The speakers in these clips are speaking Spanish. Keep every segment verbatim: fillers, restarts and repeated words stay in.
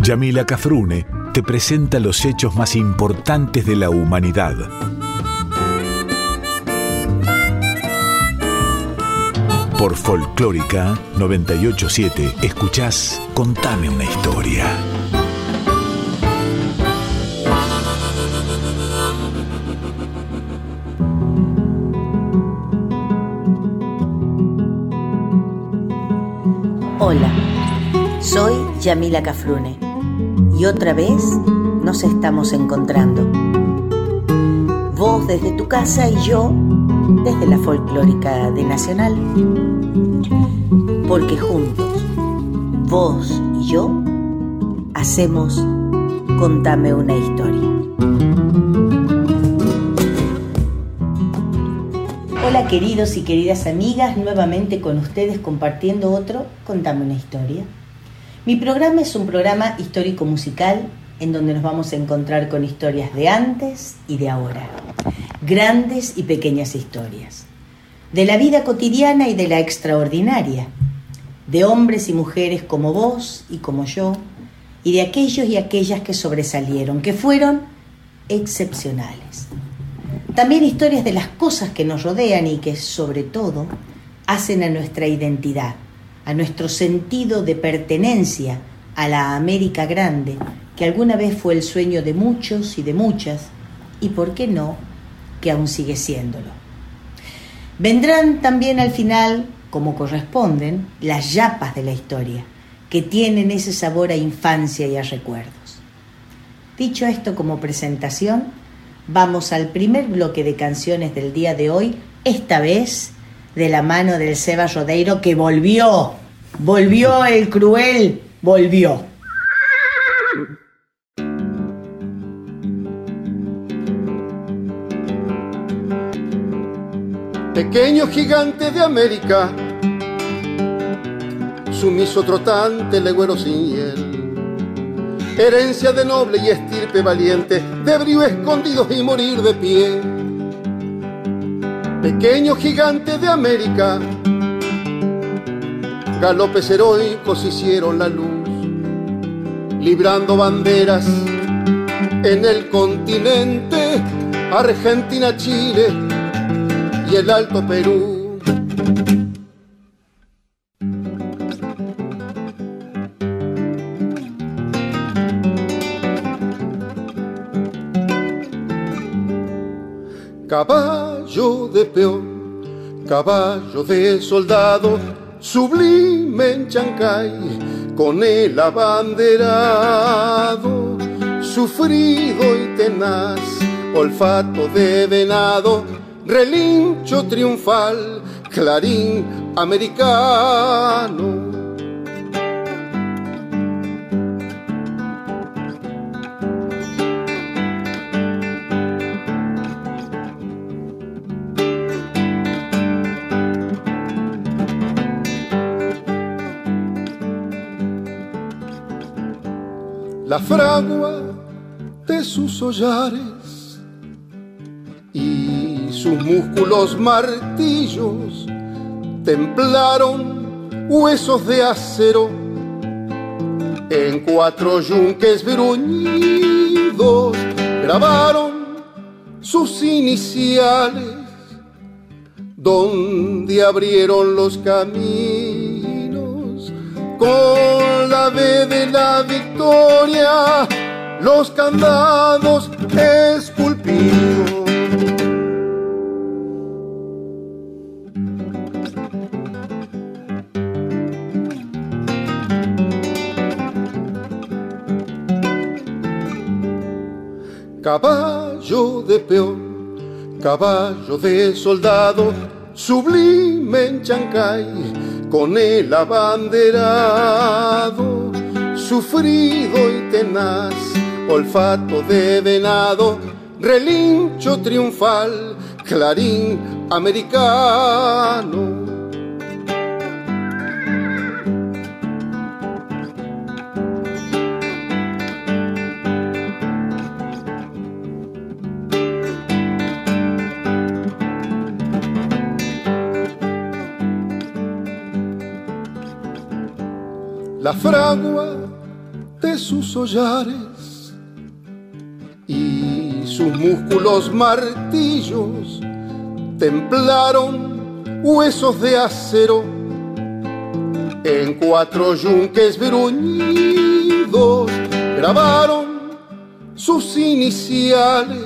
Yamila Cafrune te presenta los hechos más importantes de la humanidad. Por Folclórica noventa y ocho punto siete escuchás Contame una historia. Hola, soy Yamila Cafrune y otra vez nos estamos encontrando. Vos desde tu casa y yo desde la Folclórica de Nacional. Porque juntos, vos y yo, hacemos Contame una historia. Hola queridos y queridas amigas, nuevamente con ustedes compartiendo otro Contame una historia. Mi programa es un programa histórico-musical en donde nos vamos a encontrar con historias de antes y de ahora, grandes y pequeñas historias, de la vida cotidiana y de la extraordinaria, de hombres y mujeres como vos y como yo, y de aquellos y aquellas que sobresalieron, que fueron excepcionales. También historias de las cosas que nos rodean y que, sobre todo, hacen a nuestra identidad, a nuestro sentido de pertenencia a la América Grande, que alguna vez fue el sueño de muchos y de muchas, y por qué no, que aún sigue siéndolo. Vendrán también al final, como corresponden, las yapas de la historia, que tienen ese sabor a infancia y a recuerdos. Dicho esto como presentación, vamos al primer bloque de canciones del día de hoy, esta vez de la mano del Seba Rodeiro, que volvió, volvió el cruel, volvió. Pequeño gigante de América, sumiso trotante, legüero sin hiel, herencia de noble y estirpe valiente, de brío escondidos y morir de pie. Pequeño gigante de América, galopes heroicos hicieron la luz, librando banderas en el continente, Argentina, Chile y el Alto Perú. Caballo de peón, caballo de soldado, sublime en Chancay, con el abanderado, sufrido y tenaz, olfato de venado, relincho triunfal, clarín americano. La fragua de sus hollares y sus músculos martillos templaron huesos de acero en cuatro yunques bruñidos, grabaron sus iniciales donde abrieron los caminos con la B de la victoria, los candados esculpidos. Caballo de peón, caballo de soldado, sublime en Chancay, con el abanderado, sufrido y tenaz, olfato de venado, relincho triunfal, clarín americano. La fragua de sus hollares y sus músculos martillos templaron huesos de acero en cuatro yunques bruñidos grabaron sus iniciales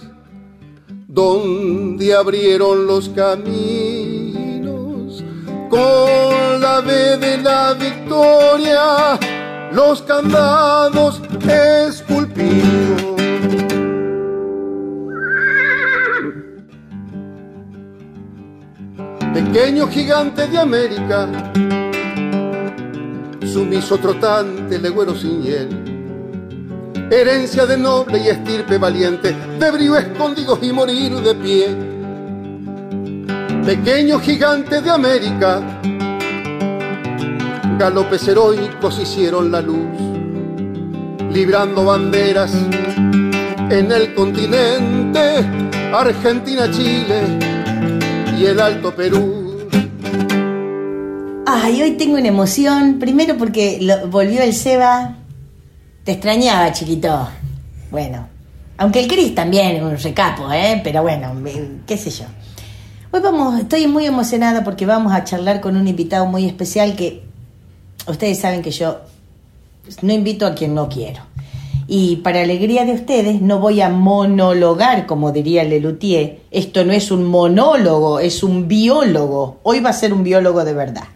donde abrieron los caminos con la V de la victoria, los candados esculpidos. Pequeño gigante de América, sumiso trotante, legüero sin hiel, herencia de noble y estirpe valiente, de brío escondidos y morir de pie. Pequeño gigante de América, galopes heroicos hicieron la luz, librando banderas en el continente, Argentina, Chile y el Alto Perú. Ay, hoy tengo una emoción, primero porque lo, volvió el Seba. Te extrañaba, chiquito. Bueno, aunque el Cris también es un recapo, ¿eh? Pero bueno, qué sé yo. Hoy vamos, estoy muy emocionada porque vamos a charlar con un invitado muy especial que ustedes saben que yo no invito a quien no quiero. Y para alegría de ustedes no voy a monologar, como diría Lelutier. Esto no es un monólogo, es un biólogo. Hoy va a ser un biólogo de verdad.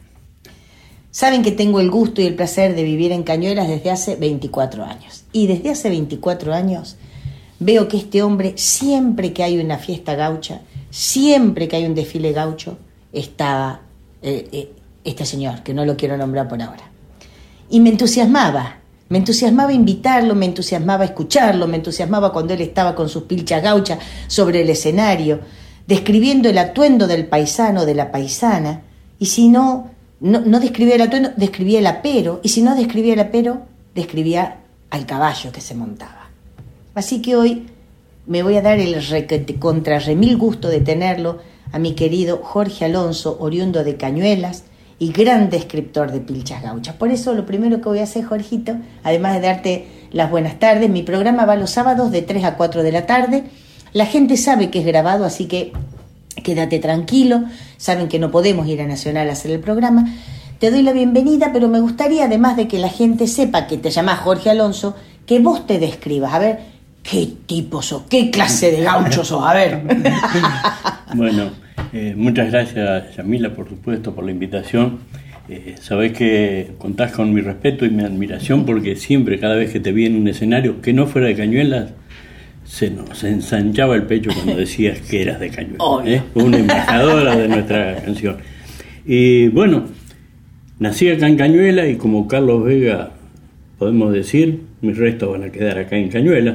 Saben que tengo el gusto y el placer de vivir en Cañuelas desde hace veinticuatro años. Y desde hace veinticuatro años veo que este hombre, siempre que hay una fiesta gaucha, siempre que hay un desfile gaucho, está eh, eh, este señor, que no lo quiero nombrar por ahora. Y me entusiasmaba, me entusiasmaba invitarlo, me entusiasmaba escucharlo, me entusiasmaba cuando él estaba con sus pilchas gauchas sobre el escenario, describiendo el atuendo del paisano, de la paisana, y si no... No, no describía el atuendo, describía el apero, y si no describía el apero, describía al caballo que se montaba. Así que hoy me voy a dar el contra remil gusto de tenerlo a mi querido Jorge Alonso, oriundo de Cañuelas y gran descriptor de pilchas gauchas. Por eso lo primero que voy a hacer, Jorgito, además de darte las buenas tardes, mi programa va los sábados de tres a cuatro de la tarde. La gente sabe que es grabado, así que quédate tranquilo, saben que no podemos ir a Nacional a hacer el programa. Te doy la bienvenida, pero me gustaría, además de que la gente sepa que te llamás Jorge Alonso, que vos te describas. A ver, ¿qué tipo sos? ¿Qué clase de gaucho sos? A ver. Bueno, eh, muchas gracias, Yamila, por supuesto, por la invitación. Eh, sabés que contás con mi respeto y mi admiración, porque siempre, cada vez que te vi en un escenario que no fuera de Cañuelas, se nos ensanchaba el pecho cuando decías que eras de Cañuelas, ¿eh? Una embajadora de nuestra canción. Y bueno, nací acá en Cañuelas y como Carlos Vega podemos decir, mis restos van a quedar acá en Cañuelas.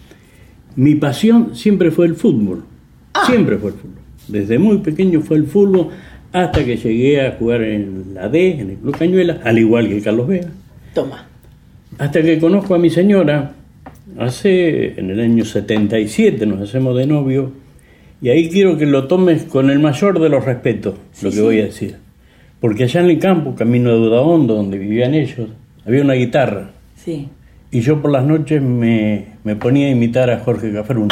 Mi pasión siempre fue el fútbol, ah. siempre fue el fútbol. Desde muy pequeño fue el fútbol hasta que llegué a jugar en la D, en el Club Cañuelas, al igual que Carlos Vega. Toma. Hasta que conozco a mi señora. Hace, en el año setenta y siete nos hacemos de novio, y ahí quiero que lo tomes con el mayor de los respetos, sí, lo que sí. voy a decir. Porque allá en el campo, camino de Udaondo, donde vivían ellos, había una guitarra. Sí. Y yo por las noches me, me ponía a imitar a Jorge Cafrune.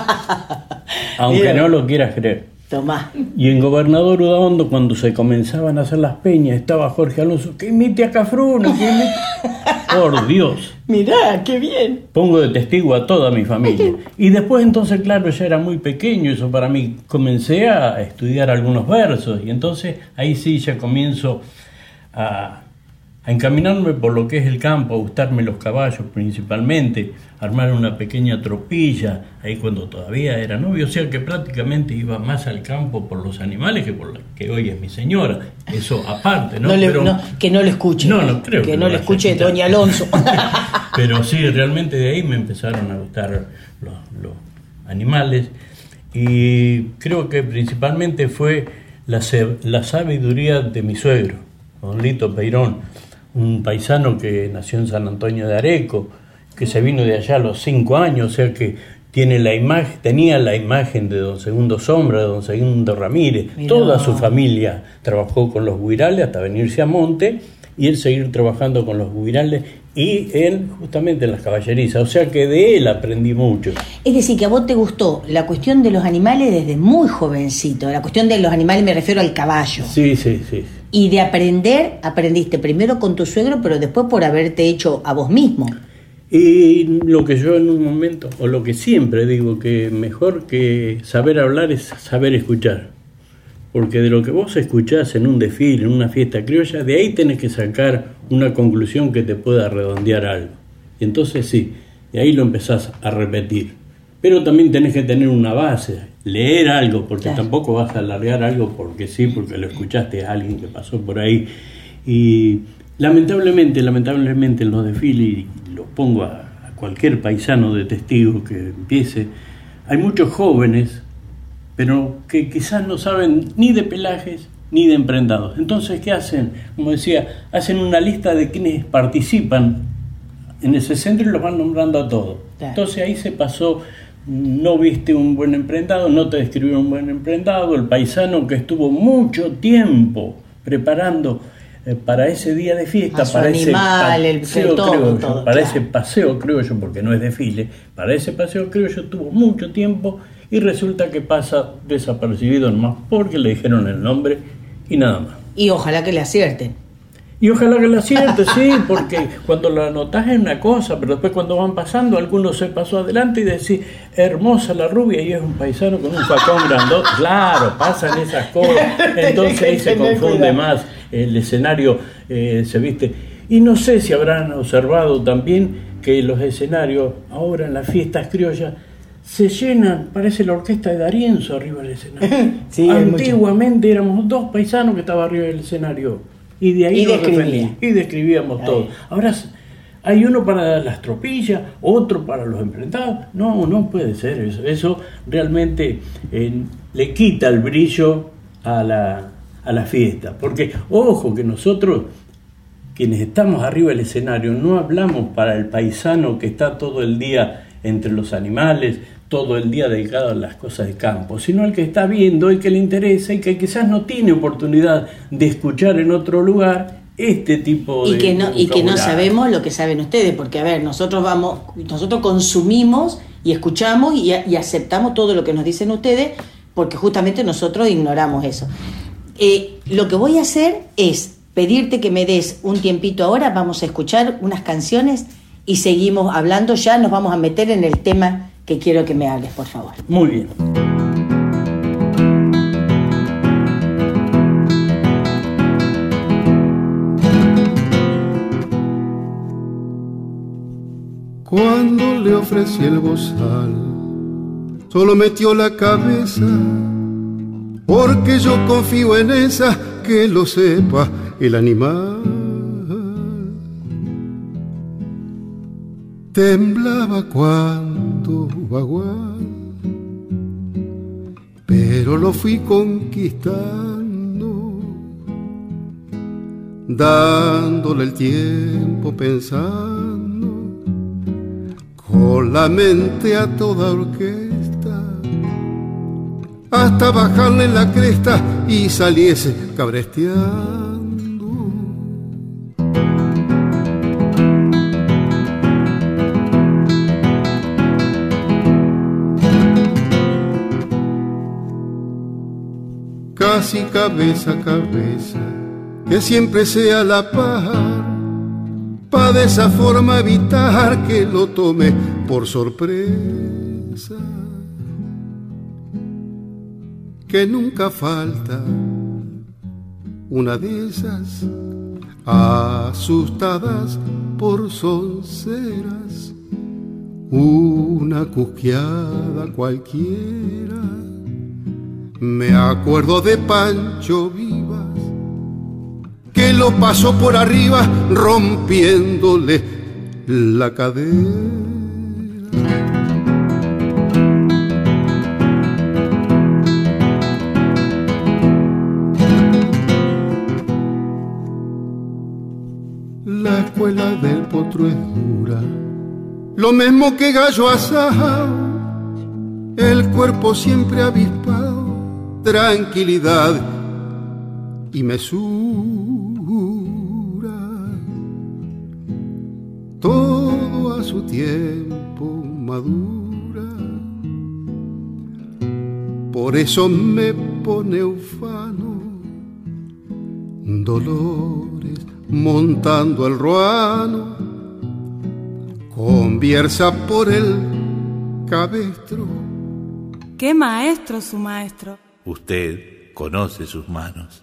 Aunque Bien. no lo quieras creer. Tomá. Y en Gobernador Udaondo, cuando se comenzaban a hacer las peñas, estaba Jorge Alonso, que imite a Cafrune, que imite... Por Dios. Mirá, qué bien. Pongo de testigo a toda mi familia. Y después entonces, claro, ya era muy pequeño eso para mí. Comencé a estudiar algunos versos y entonces ahí sí ya comienzo a, a encaminarme por lo que es el campo, a gustarme los caballos principalmente, armar una pequeña tropilla, ahí cuando todavía era novio, o sea que prácticamente iba más al campo por los animales que por la que hoy es mi señora, eso aparte, ¿no? no, le, Pero, no que no lo escuche, no, no creo que, que no no lo escuche doña Alonso. Pero sí, realmente de ahí me empezaron a gustar los, los animales y creo que principalmente fue la, la sabiduría de mi suegro, don Lito Peirón, un paisano que nació en San Antonio de Areco, que se vino de allá a los cinco años, o sea que tiene la imagen, tenía la imagen de don Segundo Sombra, de don Segundo Ramírez. Mirá. Toda su familia trabajó con los Guirales hasta venirse a Monte y él seguir trabajando con los guiraldes y en justamente en las caballerizas, o sea que de él aprendí mucho. Es decir, que a vos te gustó la cuestión de los animales desde muy jovencito, la cuestión de los animales me refiero al caballo. Sí, sí, sí. Y de aprender, aprendiste primero con tu suegro, pero después por haberte hecho a vos mismo. Y lo que yo en un momento, o lo que siempre digo, que mejor que saber hablar es saber escuchar. Porque de lo que vos escuchás en un desfile, en una fiesta criolla, de ahí tenés que sacar una conclusión que te pueda redondear algo. Y entonces sí, de ahí lo empezás a repetir. Pero también tenés que tener una base, leer algo, porque claro, tampoco vas a alargar algo porque sí, porque lo escuchaste a alguien que pasó por ahí. Y lamentablemente, lamentablemente en los desfiles, y lo pongo a, a cualquier paisano de testigo que empiece, hay muchos jóvenes pero que quizás no saben ni de pelajes ni de emprendados. Entonces, ¿qué hacen? Como decía, hacen una lista de quienes participan en ese centro y los van nombrando a todos. Claro. Entonces ahí se pasó, no viste un buen emprendado, no te describió un buen emprendado, el paisano que estuvo mucho tiempo preparando eh, para ese día de fiesta, para animal, ese paseo el, todo, criollo, todo, para claro. ese paseo criollo, porque no es desfile, para ese paseo criollo tuvo mucho tiempo y resulta que pasa desapercibido nomás porque le dijeron el nombre y nada más. Y ojalá que le acierten. Y ojalá que le acierten, sí, porque cuando lo anotás es una cosa, pero después cuando van pasando, algunos se pasó adelante y decís, hermosa la rubia, y es un paisano con un facón grandote. Claro, pasan esas cosas. Entonces ahí se confunde más, el escenario eh, se viste. Y no sé si habrán observado también que los escenarios, ahora en las fiestas criollas, se llenan, parece la orquesta de D'Arienzo arriba del escenario. Sí, antiguamente éramos dos paisanos que estaban arriba del escenario y de ahí y nos defendíamos y describíamos todo. Ahora hay uno para las tropillas, otro para los emprendados. No, no puede ser eso. Eso realmente eh, le quita el brillo a la, a la fiesta. Porque, ojo, que nosotros, quienes estamos arriba del escenario, no hablamos para el paisano que está todo el día entre los animales, todo el día dedicado a las cosas de campo, sino el que está viendo, el que le interesa y que quizás no tiene oportunidad de escuchar en otro lugar este tipo y de que no y que no sabemos lo que saben ustedes, porque a ver, nosotros vamos, nosotros consumimos y escuchamos y, y aceptamos todo lo que nos dicen ustedes, porque justamente nosotros ignoramos eso. Eh, lo que voy a hacer es pedirte que me des un tiempito ahora, vamos a escuchar unas canciones y seguimos hablando, ya nos vamos a meter en el tema que quiero que me hables, por favor. Muy bien. Cuando le ofrecí el bozal, solo metió la cabeza, porque yo confío en esa, que lo sepa el animal. Temblaba cuando bagual, pero lo fui conquistando, dándole el tiempo pensando, con la mente a toda orquesta, hasta bajarle la cresta y saliese cabresteando. Casi cabeza a cabeza, que siempre sea la par, pa' de esa forma evitar que lo tome por sorpresa. Que nunca falta una de esas asustadas por sonceras, una cusqueada cualquiera. Me acuerdo de Pancho Vivas, que lo pasó por arriba rompiéndole la cadera. La escuela del potro es dura, lo mismo que gallo asado, el cuerpo siempre avispado, tranquilidad y mesura. todo a su tiempo madura. Por eso me pone ufano Dolores montando el ruano, conversa por el cabestro. ¿Qué maestro su maestro? Usted conoce sus manos.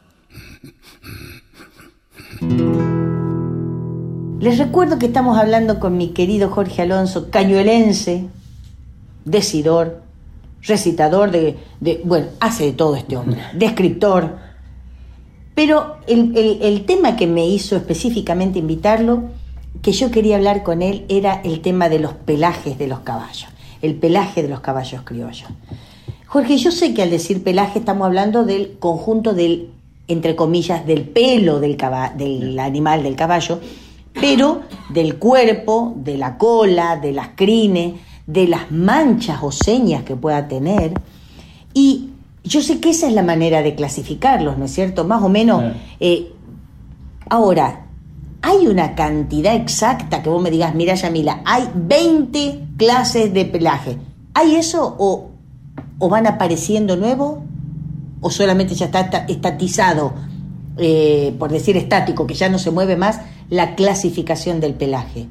Les recuerdo que estamos hablando con mi querido Jorge Alonso, cañuelense, decidor, recitador de, de... Bueno, hace de todo este hombre, descriptor. Pero el, el, el tema que me hizo específicamente invitarlo, que yo quería hablar con él, era el tema de los pelajes de los caballos, el pelaje de los caballos criollos. Jorge, yo sé que al decir pelaje estamos hablando del conjunto del, entre comillas, del pelo del, caba, del animal, del caballo, pero del cuerpo, de la cola, de las crines, de las manchas o señas que pueda tener. Y yo sé que esa es la manera de clasificarlos, ¿no es cierto? Más o menos. Eh, ahora, ¿hay una cantidad exacta que vos me digas, mira, Yamila, hay veinte clases de pelaje? ¿Hay eso o, o van apareciendo nuevos? ¿O solamente ya está estatizado, eh, por decir estático, que ya no se mueve más, la clasificación del pelaje?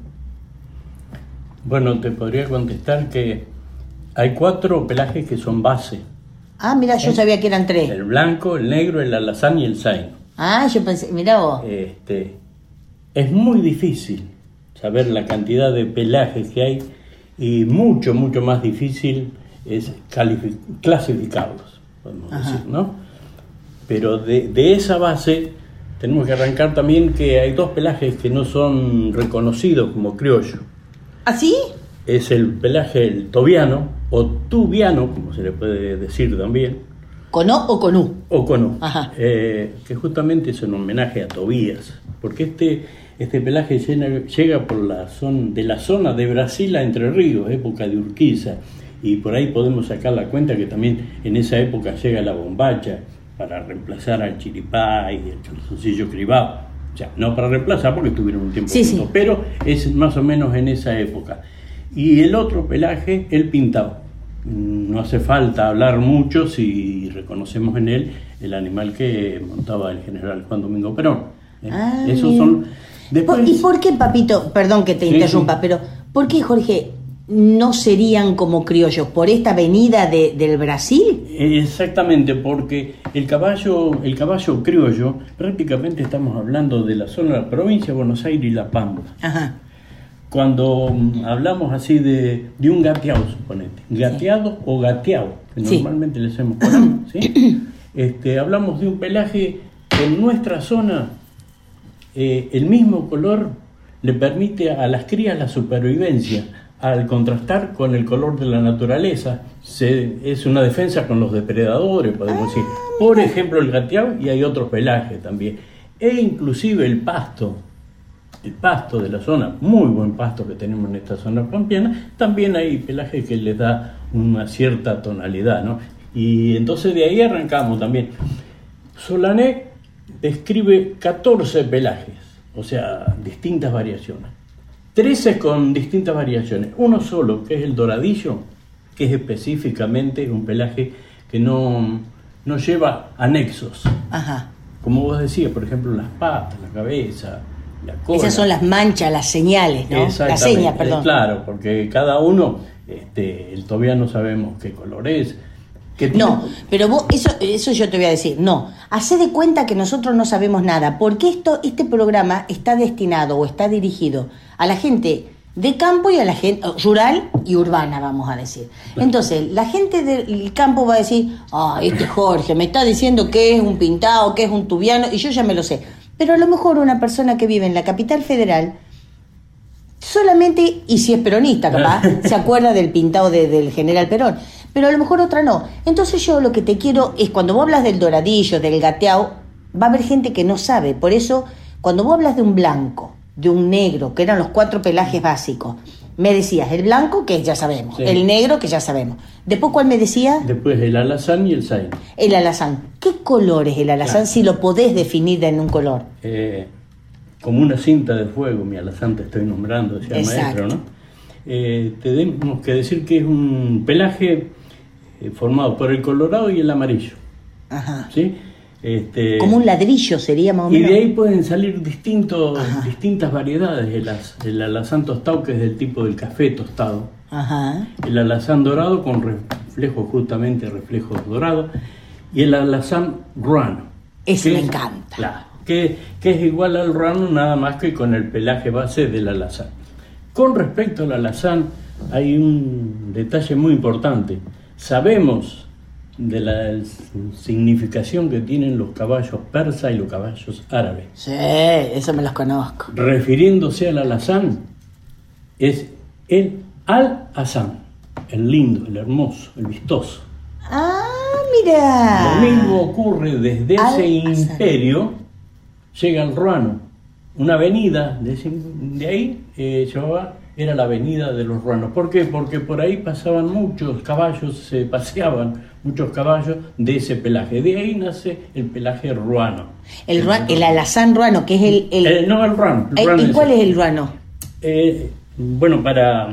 Bueno, te podría contestar que hay cuatro pelajes que son base. Ah, mira, yo el, sabía que eran tres. El blanco, el negro, el alazán y el zaino. Ah, yo pensé, mirá vos. Este, es muy difícil saber la cantidad de pelajes que hay y mucho, mucho más difícil es calific- clasificarlos, podemos Ajá. decir, ¿no? Pero de, de esa base tenemos que arrancar también que hay dos pelajes que no son reconocidos como criollo. ¿Ah, sí? Es el pelaje el tobiano o tubiano, como se le puede decir también. ¿Con O o con U? O con U. Ajá. Eh, que justamente es un homenaje a Tobías, porque este, este pelaje llega, llega por la zona, de la zona de Brasil a Entre Ríos, época de Urquiza, y por ahí podemos sacar la cuenta que también en esa época llega la bombacha para reemplazar al chiripá y el calzoncillo cribado. O sea, no para reemplazar porque estuvieron un tiempo sí, juntos, sí. Pero es más o menos en esa época. Y el otro pelaje, el pintado. No hace falta hablar mucho si reconocemos en él el animal que montaba el general Juan Domingo Perón. ¿eh? Ah, Esos son... Después... ¿Y por qué, papito? Perdón que te sí, interrumpa, sí. Pero ¿por qué, Jorge, no serían como criollos? ¿Por esta venida de, del Brasil? Exactamente, porque el caballo, el caballo criollo, prácticamente estamos hablando de la zona de la provincia de Buenos Aires y La Pampa. Ajá. Cuando hablamos así de, de un gateado, suponete, gateado sí. o gateado, que sí. normalmente le hacemos por ahí, ¿sí? este, hablamos de un pelaje que en nuestra zona eh, el mismo color le permite a las crías la supervivencia al contrastar con el color de la naturaleza. Se, es una defensa con los depredadores, podemos ah, decir. Por ejemplo, el gateado, y hay otros pelajes también. E inclusive el pasto. El pasto de la zona, muy buen pasto que tenemos en esta zona pampeana, también hay pelaje que les da una cierta tonalidad, ¿no? Y entonces de ahí arrancamos también. Solané describe catorce pelajes, o sea, distintas variaciones. trece con distintas variaciones. Uno solo, que es el doradillo, que es específicamente un pelaje que no, no lleva anexos. Ajá. Como vos decías, por ejemplo, las patas, la cabeza... Esas son las manchas, las señales, ¿no? Las señas, perdón. Claro, porque cada uno, este, el tobiano sabemos qué color es. Qué no, pero vos, eso, eso yo te voy a decir, no. Hacé de cuenta que nosotros no sabemos nada, porque esto, este programa está destinado o está dirigido a la gente de campo y a la gente rural y urbana, vamos a decir. Entonces, la gente del campo va a decir, ah, este Jorge me está diciendo que es un pintado, que es un tubiano, y yo ya me lo sé. Pero a lo mejor una persona que vive en la capital federal solamente, y si es peronista capaz, se acuerda del pintado de, del general Perón, pero a lo mejor otra no. Entonces yo lo que te quiero es, cuando vos hablas del doradillo, del gateado, va a haber gente que no sabe. Por eso, cuando vos hablas de un blanco, de un negro, que eran los cuatro pelajes básicos, me decías el blanco, que ya sabemos, sí. El negro, que ya sabemos. Después, ¿cuál me decía? Después el alazán y el zaino. El alazán. ¿Qué color es el alazán, claro, si lo podés definir en un color? Eh, como una cinta de fuego, mi alazán te estoy nombrando, decía el maestro, ¿no? Eh, tenemos que decir que es un pelaje eh, formado por el colorado y el amarillo. Ajá. ¿Sí? Este, como un ladrillo sería más o menos. Y de ahí pueden salir distintos, distintas variedades. El, el alazán tostado, que es del tipo del café tostado. Ajá. El alazán dorado con reflejos, justamente reflejos dorados. Y el alazán ruano. Ese me encanta. Claro, que, que es igual al ruano, nada más que con el pelaje base del alazán. Con respecto al alazán, hay un detalle muy importante. Sabemos de la significación que tienen los caballos persas y los caballos árabes. Sí, eso me los conozco. Refiriéndose al alazán, es el al-azán, el lindo, el hermoso, el vistoso. Ah, mira. Lo mismo ocurre desde ese imperio, llega el ruano, una avenida, de, ese, de ahí eh, llevaba, era la avenida de los ruanos. ¿Por qué? Porque por ahí pasaban muchos caballos, se paseaban muchos caballos de ese pelaje. De ahí nace el pelaje ruano. El, ruano, el alazán ruano, que es el... el... Eh, no, el ruano. El ruano ¿Y cuál es el ruano? Eh, bueno, para...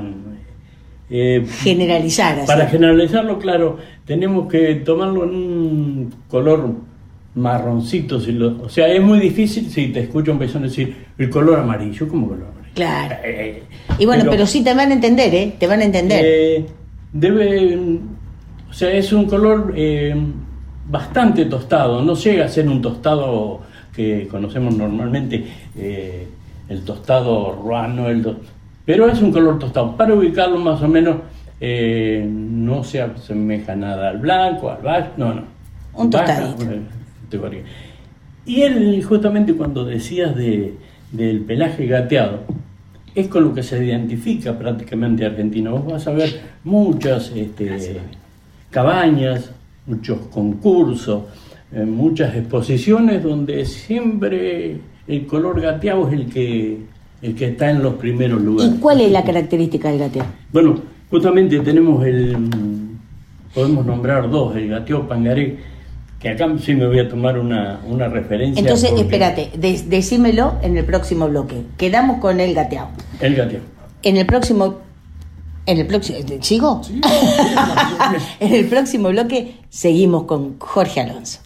Eh, generalizar. Así. Para generalizarlo, claro, tenemos que tomarlo en un color marroncito. Si lo, o sea, es muy difícil si te escucho empezar a decir el color amarillo. ¿Cómo color amarillo? Claro. Eh, y bueno, pero, pero sí te van a entender, ¿eh? Te van a entender. Eh, debe... O sea, es un color eh, bastante tostado. No llega a ser un tostado que conocemos normalmente, eh, el tostado ruano, el do... pero es un color tostado. Para ubicarlo más o menos, eh, no se asemeja nada al blanco, al bajo, no, no. Un tostadito. Baja, y él, justamente cuando decías de, del pelaje gateado, es con lo que se identifica prácticamente Argentina. Vos vas a ver muchas este, cabañas, muchos concursos, eh, muchas exposiciones donde siempre el color gateado es el que, el que está en los primeros lugares. ¿Y cuál es la característica del gateo? Bueno, justamente tenemos el, podemos nombrar dos, el gateo pangaré, que acá sí me voy a tomar una, una referencia. Entonces, porque... espérate, de, decímelo en el próximo bloque. Quedamos con el gateado. El gateo. En el próximo... En el próximo... ¿Sigo? Sí. En el próximo bloque seguimos con Jorge Alonso.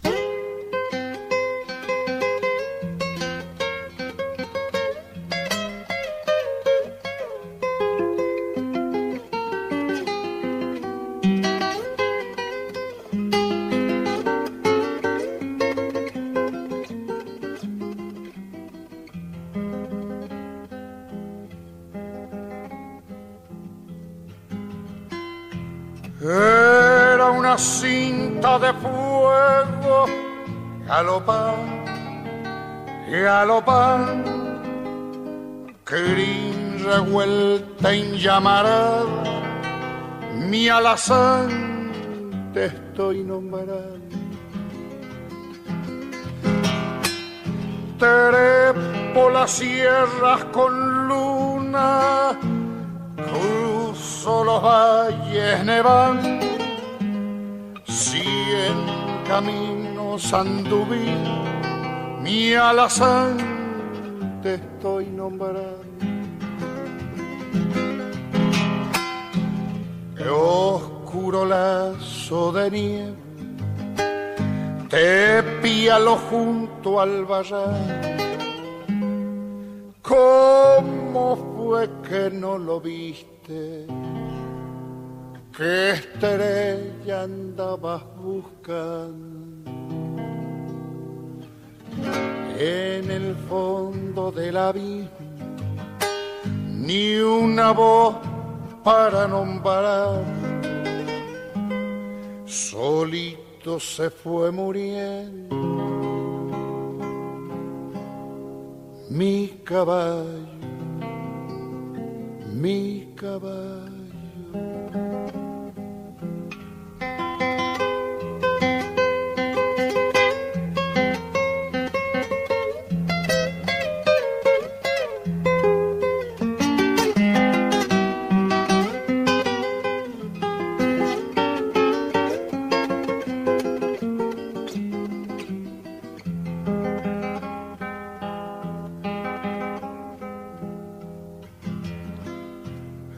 Era una cinta de fuego, galopar, galopar, crin revuelta en llamarada, mi alazán te estoy nombrando. Trepo las sierras con luna, cruzo los valles nevando, cien caminos anduví, mi alazán te estoy nombrando. Qué oscuro lazo de nieve te píalo junto al barral. ¿Cómo fue que no lo viste? ¿Qué estrella andabas buscando? En el fondo del abismo, ni una voz para nombrar. Solito se fue muriendo mi caballo, mi caballo.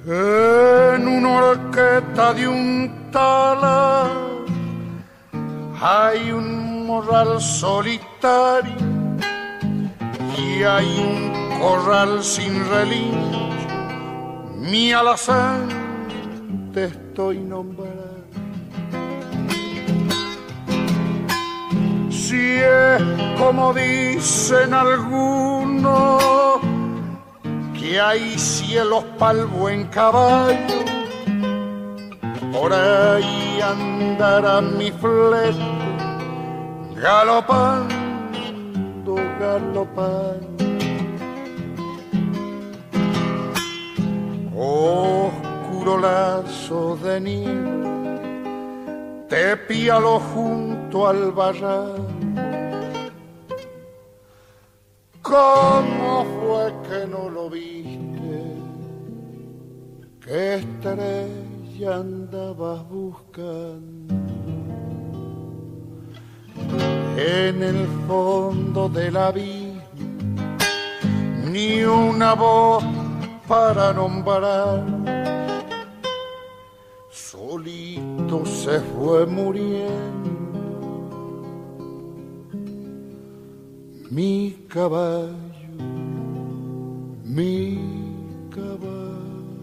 En una horqueta de un talar hay un morral solitario y hay un corral sin relincho. Mi alazán te estoy nombrando. Si es como dicen algunos, que hay cielos pa'l buen caballo, por ahí andará mi flete, galopando, galopando. Oscuro lazo de nieve, te píalo junto al barranco. ¿Cómo fue que no lo viste? ¿Qué estrella andabas buscando? En el fondo del abismo, ni una voz para nombrar. Solito se fue muriendo mi caballo, mi caballo.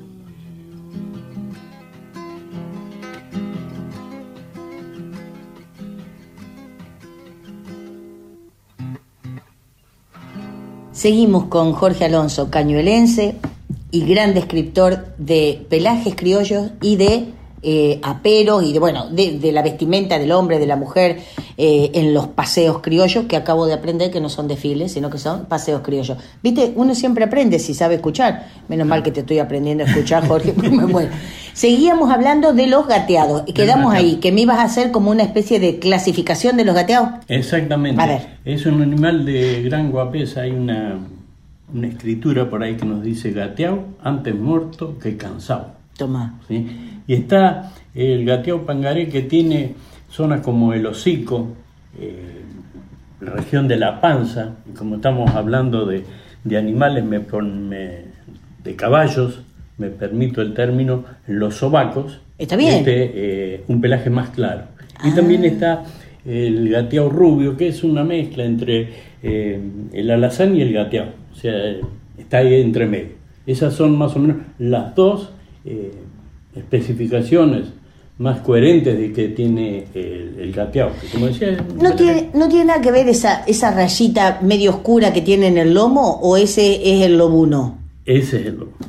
Seguimos con Jorge Alonso, cañuelense y gran descriptor de pelajes criollos y de eh, aperos y de, bueno, de, de la vestimenta del hombre, de la mujer eh, en los paseos criollos, que acabo de aprender que no son desfiles, sino que son paseos criollos. Viste, uno siempre aprende si sabe escuchar. Menos mal que te estoy aprendiendo a escuchar, Jorge. Bueno, seguíamos hablando de los gateados. Quedamos ahí, que me ibas a hacer como una especie de clasificación de los gateados. Exactamente. A ver. Es un animal de gran guapesa. Hay una, una escritura por ahí que nos dice gateado antes muerto que cansado. Toma. ¿Sí? Y está el gateado pangaré, que tiene zonas como el hocico, eh, la región de la panza, y como estamos hablando de, de animales, me, me, de caballos, me permito el término, los sobacos. Está bien. Este, eh, un pelaje más claro. Y Ah. también está el gateado rubio, que es una mezcla entre eh, el alazán y el gateado. O sea, está ahí entre medio. Esas son más o menos las dos eh, especificaciones más coherentes de que tiene el, el gateado. Que, como decía, ¿No tiene, ¿No tiene nada que ver esa, esa rayita medio oscura que tiene en el lomo, o ese es el lobuno? Ese es el lobuno.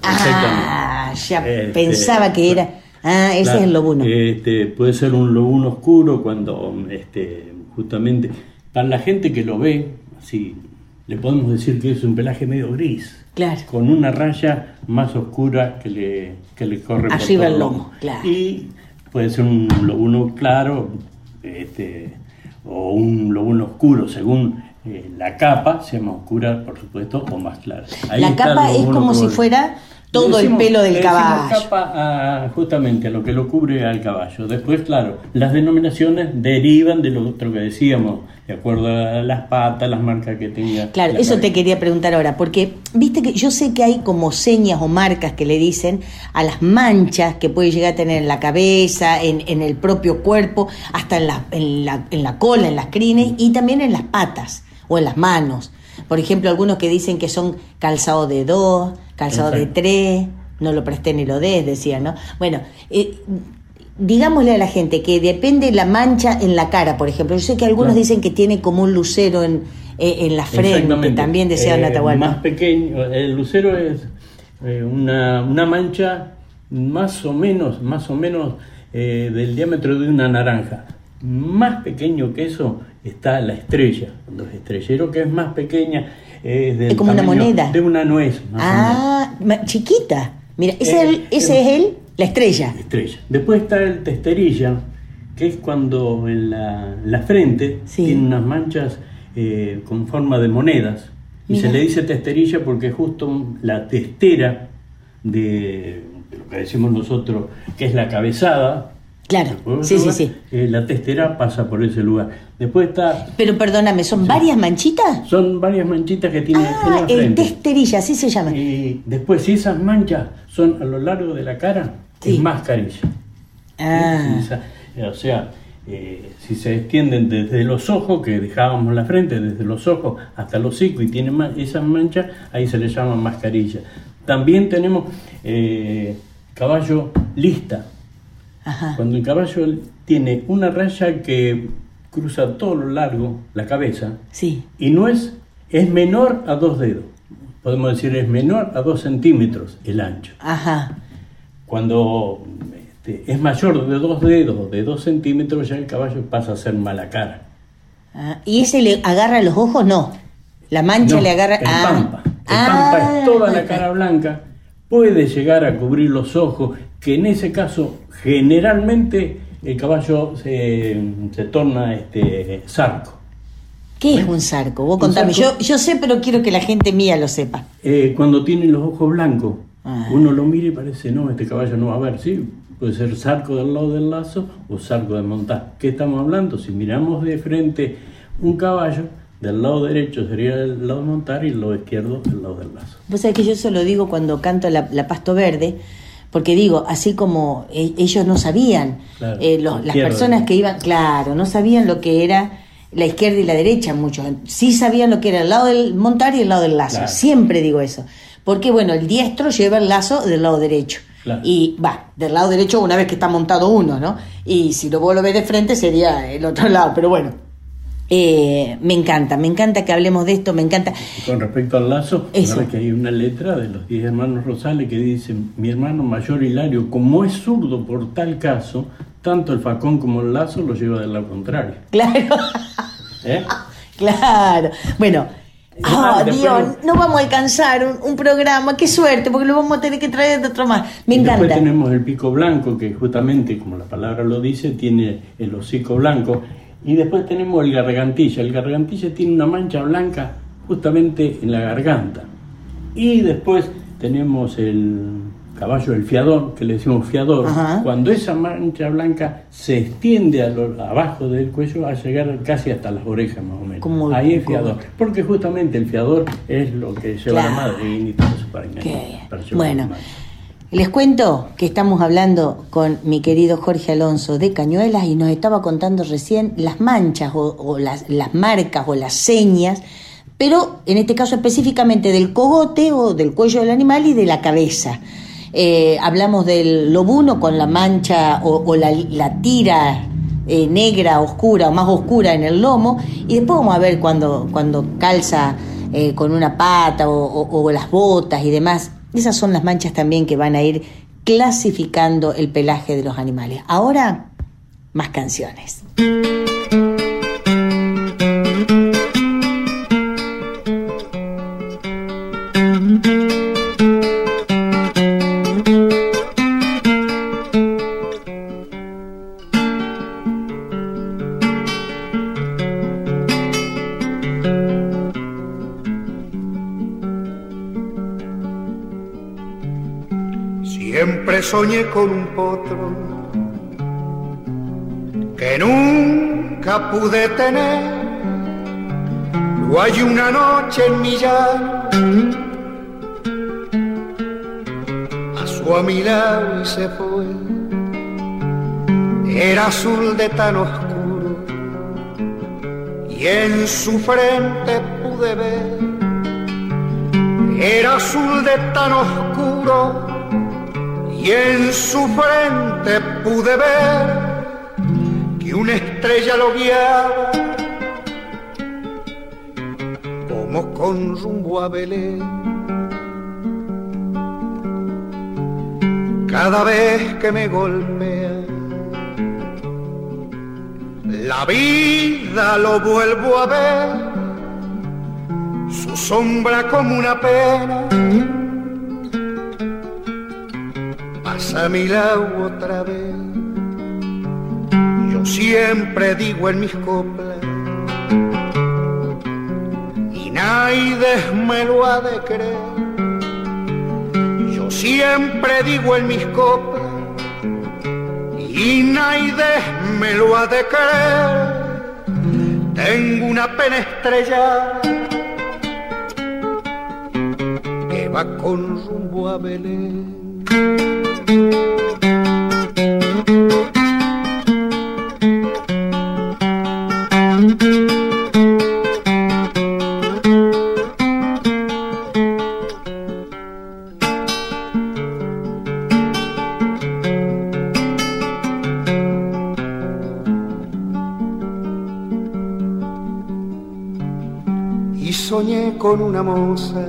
Ah, ya Este, pensaba que era... Ah, ese claro, es el lobuno. Este, puede ser un lobuno oscuro cuando este, justamente para la gente que lo ve, así le podemos decir que es un pelaje medio gris, Claro. con una raya más oscura que le, que le corre por Arriba todo el lomo, claro. Y puede ser un lobuno claro, este, o un lobuno oscuro, según eh, la capa, sea más oscura, por supuesto, o más clara. Ahí La está el capa es lobuno como si color. fuera todo Le decimos- el pelo del le decimos caballo. capa a, justamente a lo que lo cubre al caballo. Después, claro, las denominaciones derivan de lo otro que decíamos, de acuerdo a las patas, las marcas que tenga. Claro, la eso te cabeza. quería preguntar ahora, porque viste que yo sé que hay como señas o marcas que le dicen a las manchas que puede llegar a tener en la cabeza, en, en el propio cuerpo, hasta en la, en, la, en la cola, en las crines y también en las patas o en las manos. Por ejemplo, algunos que dicen que son calzado de dos, calzado de Exacto. tres, no lo presté ni lo des, decía, ¿no? Bueno, eh, digámosle a la gente que depende la mancha en la cara, por ejemplo. Yo sé que algunos Claro. dicen que tiene como un lucero en, eh, en la frente, Exactamente. también decía Eh, Atahualpa. Más pequeño, el lucero es eh, una, una mancha más o menos, más o menos eh, del diámetro de una naranja. Más pequeño que eso está la estrella, los estrelleros, que es más pequeña, es del Es como una tamaño moneda. de una nuez, más o menos. Ah, ma- chiquita. Mira, ese, Eh, es el- ese eh, es él, la estrella. Estrella. Después está el testerilla, que es cuando en la, la frente Sí. tiene unas manchas eh, con forma de monedas. Y Mira. se le dice testerilla porque justo la testera de, de lo que decimos nosotros, que es la cabezada. Claro, ¿por ese sí, sí, lugar? sí. Eh, la testera pasa por ese lugar. Después está... Pero perdóname, ¿son sí. varias manchitas? Son varias manchitas que tiene ah, en la frente. el testerilla, así se llama. Y después, si esas manchas son a lo largo de la cara, sí. es mascarilla. Ah. ¿Sí? Esa, o sea, eh, si se extienden desde los ojos, que dejábamos la frente, desde los ojos hasta el hocico y tienen man- esas manchas, ahí se le llama mascarilla. También tenemos eh, caballo lista. Ajá. Cuando el caballo tiene una raya que cruza todo lo largo, la cabeza, sí. y no es, es menor a dos dedos. Podemos decir, es menor a dos centímetros el ancho. Ajá. Cuando este, es mayor de dos dedos, de dos centímetros, ya el caballo pasa a ser mala cara. Ah, ¿y ese le agarra los ojos? No. La mancha no, le agarra... El ah. pampa. El ah, pampa es toda la cara blanca, puede llegar a cubrir los ojos, que en ese caso generalmente el caballo se, se torna este, zarco. ¿Qué es un zarco? Vos contame. Yo, yo sé, pero quiero que la gente mía lo sepa. Eh, cuando tiene los ojos blancos, ah. uno lo mira y parece, no, este caballo no va a ver, sí, puede ser zarco del lado del lazo o zarco de montar. ¿Qué estamos hablando? Si miramos de frente un caballo, del lado derecho sería el lado de montar y el lado izquierdo el lado del lazo. Vos sabés que yo eso lo digo cuando canto la, la Pasto Verde, porque digo, así como eh, ellos no sabían, claro, eh, los, las personas que iban, claro, no sabían lo que era la izquierda y la derecha, muchos, sí sabían lo que era el lado del montar y el lado del lazo, claro. Siempre digo eso, porque bueno, el diestro lleva el lazo del lado derecho, claro. Y va, del lado derecho una vez que está montado uno, ¿no? Y si lo vos lo ves de frente sería el otro lado, pero bueno. Eh, me encanta, me encanta que hablemos de esto, me encanta. Con respecto al lazo, eso. Que hay una letra de los diez hermanos Rosales que dice: mi hermano mayor Hilario, como es zurdo por tal caso, tanto el facón como el lazo lo lleva del lado contrario. Claro. ¿Eh? Claro. Bueno, oh, después, Dios, no vamos a alcanzar un, un programa, qué suerte, porque lo vamos a tener que traer de otro más. Me encanta. Después tenemos el pico blanco, que justamente, como la palabra lo dice, tiene el hocico blanco. Y después tenemos el gargantilla. El gargantilla tiene una mancha blanca justamente en la garganta. Y después tenemos el caballo del fiador, que le decimos fiador. Ajá. Cuando esa mancha blanca se extiende a lo, abajo del cuello a llegar casi hasta las orejas más o menos. Como, ahí es fiador. como... Porque justamente el fiador es lo que lleva claro. la madre y todo eso para engañar. Para bueno. Les cuento que estamos hablando con mi querido Jorge Alonso de Cañuelas y nos estaba contando recién las manchas o, o las, las marcas o las señas, pero en este caso específicamente del cogote o del cuello del animal y de la cabeza. Eh, hablamos del lobuno con la mancha o, o la, la tira eh, negra, oscura o más oscura en el lomo, y después vamos a ver cuando, cuando calza eh, con una pata o, o, o las botas y demás. Esas son las manchas también que van a ir clasificando el pelaje de los animales. Ahora, más canciones. Siempre soñé con un potro que nunca pude tener. Lo hallé una noche en mi llano, pasó a mi lado y se fue. Era azul de tan oscuro y en su frente pude ver. Era azul de tan oscuro y en su frente pude ver que una estrella lo guiaba como con rumbo a Belén. Cada vez que me golpea la vida lo vuelvo a ver, su sombra como una pena pasa a mi lado otra vez. Yo siempre digo en mis coplas y nadie me lo ha de creer. Yo siempre digo en mis coplas y nadie me lo ha de creer, Tengo una pena estrellada que va con rumbo a Belén. Soñé con una moza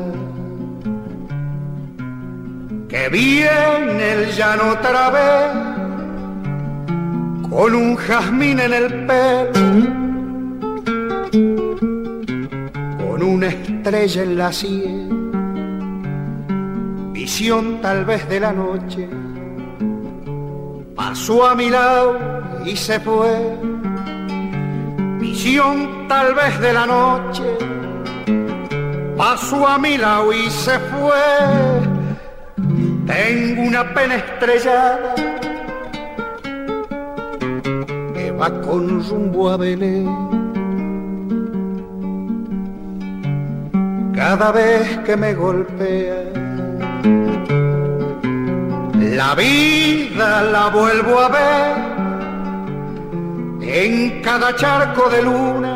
que viene el llano otra vez, con un jazmín en el pelo, con una estrella en la sien, visión tal vez de la noche. Pasó a mi lado y se fue, visión tal vez de la noche. Pasó a mi lado y se fue. Tengo una pena estrellada que va con rumbo a Belén. Cada vez que me golpea la vida la vuelvo a ver en cada charco de luna.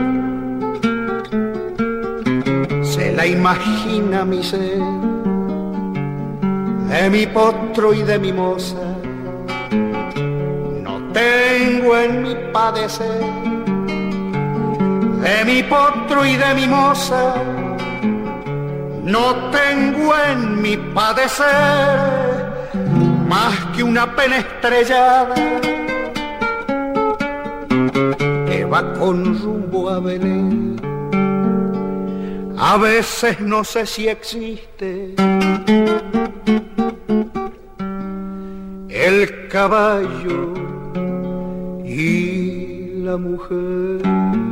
Se la imagina mi ser, de mi potro y de mi moza. No tengo en mi padecer, de mi potro y de mi moza. No tengo en mi padecer más que una pena estrellada que va con rumbo a Belén. A veces no sé si existe el caballo y la mujer.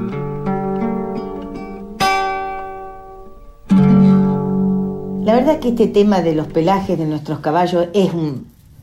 La verdad que este tema de los pelajes de nuestros caballos es un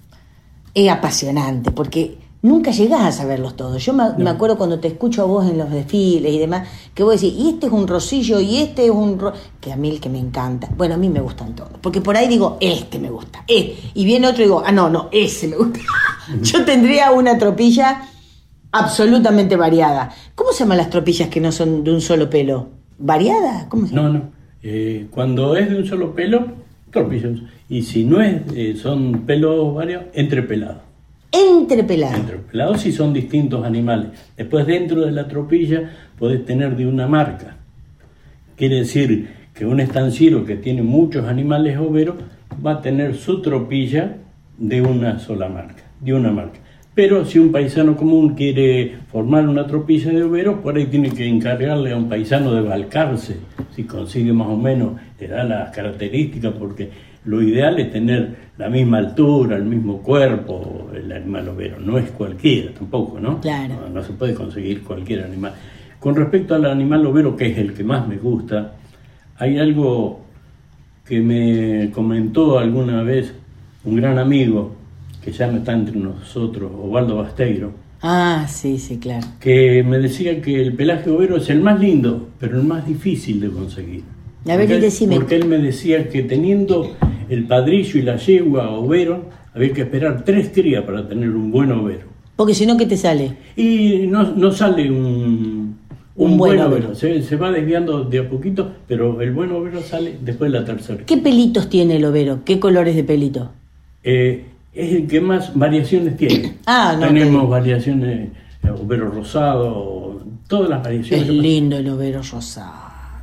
es apasionante, porque nunca llegás a saberlos todos. Yo me, no. me acuerdo cuando te escucho a vos en los desfiles y demás, que vos decís, y este es un rosillo, y este es un... Ro... que a mí el que me encanta. Bueno, a mí me gustan todos, porque por ahí digo, este me gusta. Eh. Y viene otro y digo, ah, no, no, ese me gusta. Yo tendría una tropilla absolutamente variada. ¿Cómo se llaman las tropillas que no son de un solo pelo? ¿Variada? ¿Cómo se llama? No, no. Eh, cuando es de un solo pelo, tropillas. Y si no es, eh, son pelos variados, entrepelados. Entrepelados. Entrepelados si son distintos animales. Después, dentro de la tropilla podés tener de una marca. Quiere decir que un estanciero que tiene muchos animales overos va a tener su tropilla de una sola marca, de una marca. Pero si un paisano común quiere formar una tropilla de overos, por ahí tiene que encargarle a un paisano de balcarse, si consigue más o menos, le da las características, porque lo ideal es tener la misma altura, el mismo cuerpo, el animal overo. No es cualquiera tampoco, ¿no? Claro. No, no se puede conseguir cualquier animal. Con respecto al animal overo, que es el que más me gusta, hay algo que me comentó alguna vez un gran amigo, que ya no está entre nosotros, Osvaldo Basteiro. Ah, sí, sí, claro. Que me decía que el pelaje overo es el más lindo, pero el más difícil de conseguir. A ver, porque, decime. Porque él me decía que teniendo el padrillo y la yegua overo, había que esperar tres crías para tener un buen overo. Porque si no, ¿qué te sale? Y no, no sale un, un, un buen, buen overo. overo. Se, se va desviando de a poquito, pero el buen overo sale después de la tercera. ¿Qué pelitos tiene el overo? ¿Qué colores de pelito? Eh, es el que más variaciones tiene. Ah, no. Tenemos te... variaciones, overo rosado, todas las variaciones. Es lindo el overo rosado.